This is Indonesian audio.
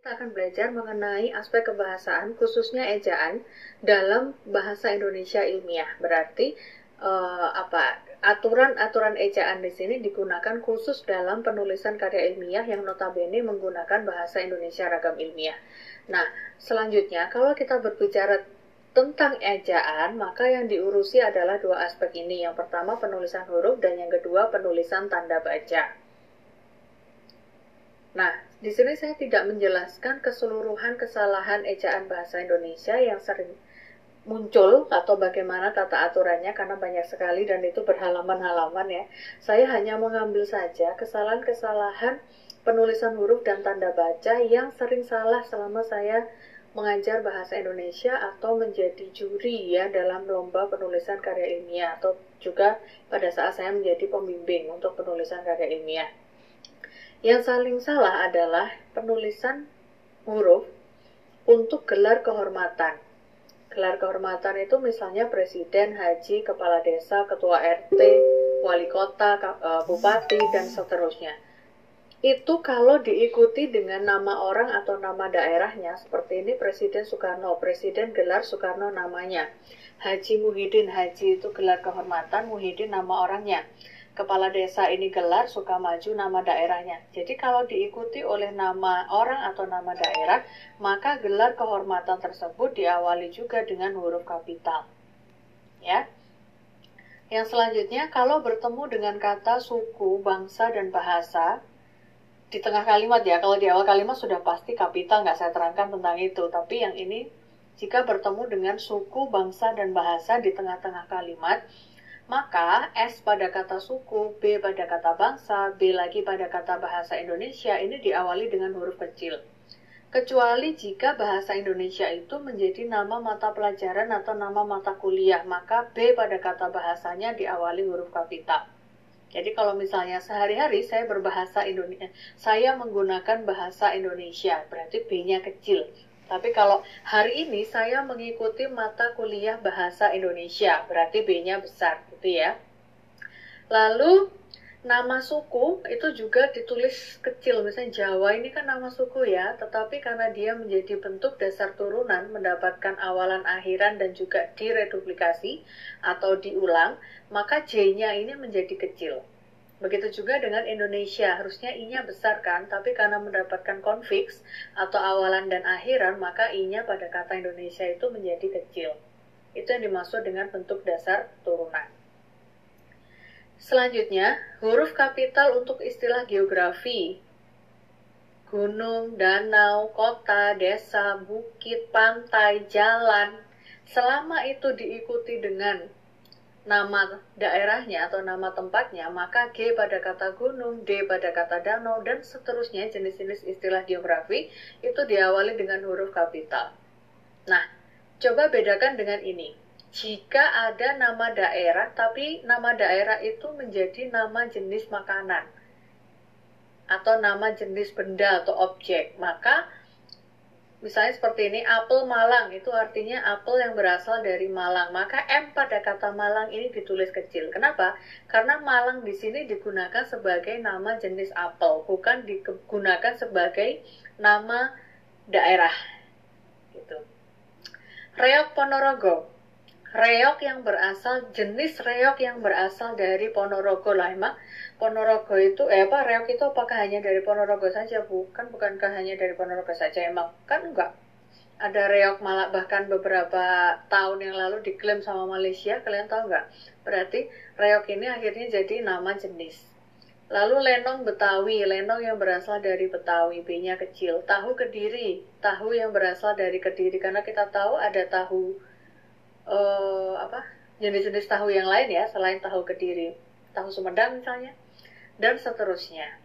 Kita akan belajar mengenai aspek kebahasaan, khususnya ejaan dalam bahasa Indonesia ilmiah. Berarti aturan-aturan ejaan di sini digunakan khusus dalam penulisan karya ilmiah yang notabene menggunakan bahasa Indonesia ragam ilmiah. Nah, selanjutnya kalau kita berbicara tentang ejaan, maka yang diurusi adalah dua aspek ini. Yang pertama penulisan huruf dan yang kedua penulisan tanda baca. Nah, di sini saya tidak menjelaskan keseluruhan kesalahan ejaan bahasa Indonesia yang sering muncul atau bagaimana tata aturannya karena banyak sekali dan itu berhalaman-halaman ya. Saya hanya mengambil saja kesalahan-kesalahan penulisan huruf dan tanda baca yang sering salah selama saya mengajar bahasa Indonesia atau menjadi juri ya dalam lomba penulisan karya ilmiah atau juga pada saat saya menjadi pembimbing untuk penulisan karya ilmiah. Yang saling salah adalah penulisan huruf untuk gelar kehormatan. Gelar kehormatan itu misalnya presiden, haji, kepala desa, ketua RT, wali kota, bupati, dan seterusnya. Itu kalau diikuti dengan nama orang atau nama daerahnya, seperti ini Presiden Soekarno, Presiden gelar Soekarno namanya. Haji Muhyiddin, haji itu gelar kehormatan, Muhyiddin nama orangnya. Kepala desa ini gelar, Sukamaju nama daerahnya. Jadi kalau diikuti oleh nama orang atau nama daerah, maka gelar kehormatan tersebut diawali juga dengan huruf kapital. Ya. Yang selanjutnya, kalau bertemu dengan kata suku, bangsa, dan bahasa, di tengah kalimat ya, kalau di awal kalimat sudah pasti kapital, nggak saya terangkan tentang itu. Tapi yang ini, jika bertemu dengan suku, bangsa, dan bahasa di tengah-tengah kalimat, maka S pada kata suku, B pada kata bangsa, B lagi pada kata bahasa Indonesia ini diawali dengan huruf kecil. Kecuali jika bahasa Indonesia itu menjadi nama mata pelajaran atau nama mata kuliah, maka B pada kata bahasanya diawali huruf kapital. Jadi kalau misalnya sehari-hari saya berbahasa Indonesia, saya menggunakan bahasa Indonesia, berarti B-nya kecil. Tapi kalau hari ini saya mengikuti mata kuliah bahasa Indonesia, berarti B-nya besar, gitu ya. Lalu, nama suku itu juga ditulis kecil, misalnya Jawa ini kan nama suku ya, tetapi karena dia menjadi bentuk dasar turunan, mendapatkan awalan akhiran dan juga direduplikasi atau diulang, maka J-nya ini menjadi kecil. Begitu juga dengan Indonesia, harusnya I-nya besar kan, tapi karena mendapatkan konfiks atau awalan dan akhiran, maka I-nya pada kata Indonesia itu menjadi kecil. Itu yang dimaksud dengan bentuk dasar turunan. Selanjutnya, huruf kapital untuk istilah geografi. Gunung, danau, kota, desa, bukit, pantai, jalan. Selama itu diikuti dengan nama daerahnya atau nama tempatnya, maka G pada kata gunung, D pada kata danau, dan seterusnya jenis-jenis istilah geografi itu diawali dengan huruf kapital. Nah, coba bedakan dengan ini. Jika ada nama daerah, tapi nama daerah itu menjadi nama jenis makanan atau nama jenis benda atau objek, maka misalnya seperti ini, apel Malang, itu artinya apel yang berasal dari Malang. Maka M pada kata Malang ini ditulis kecil. Kenapa? Karena Malang di sini digunakan sebagai nama jenis apel, bukan digunakan sebagai nama daerah. Gitu. Reok Ponorogo. Jenis reok yang berasal dari Ponorogo lah. Emang Ponorogo itu, reok itu apakah hanya dari Ponorogo saja? Bukankah hanya dari Ponorogo saja? Emang kan enggak. Ada reok malah bahkan beberapa tahun yang lalu diklaim sama Malaysia, kalian tahu enggak? Berarti reok ini akhirnya jadi nama jenis. Lalu lenong Betawi, lenong yang berasal dari Betawi, B-nya kecil. Tahu Kediri, tahu yang berasal dari Kediri, karena kita tahu ada tahu jenis-jenis tahu yang lain ya selain tahu Kediri, tahu Sumedang misalnya, dan seterusnya.